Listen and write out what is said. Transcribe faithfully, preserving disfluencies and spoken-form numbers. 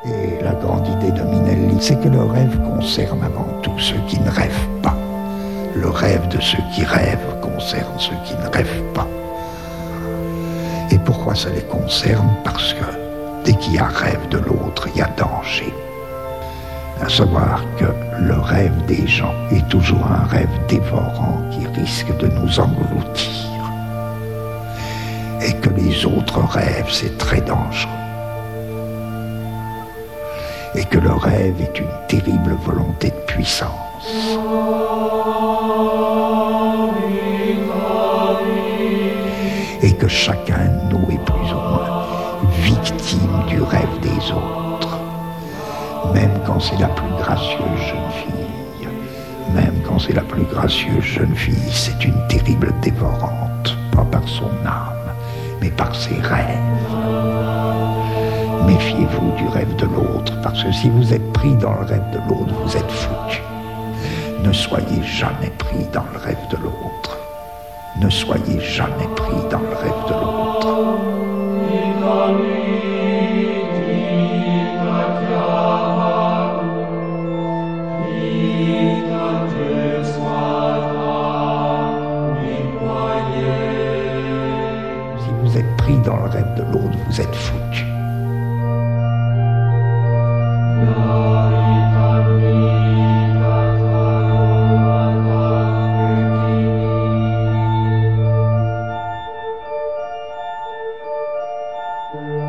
Et la grande idée de Minelli, c'est que le rêve concerne avant tout ceux qui ne rêvent pas. Le rêve de ceux qui rêvent concerne ceux qui ne rêvent pas. Et pourquoi ça les concerne? Parce que dès qu'il y a rêve de l'autre, il y a danger. À savoir que le rêve des gens est toujours un rêve dévorant qui risque de nous engloutir. Et que les autres rêves, c'est très dangereux. Et que le rêve est une terrible volonté de puissance. Et que chacun de nous est plus ou moins victime du rêve des autres. Même quand c'est la plus gracieuse jeune fille, même quand c'est la plus gracieuse jeune fille, c'est une terrible dévorante, pas par son âme, mais par ses rêves. Méfiez-vous du rêve de l'autre, parce que si vous êtes pris dans le rêve de l'autre, vous êtes foutu. Ne soyez jamais pris dans le rêve de l'autre. Ne soyez jamais pris dans le rêve de l'autre. Si vous êtes pris dans le rêve de l'autre, vous êtes foutu. Thank you.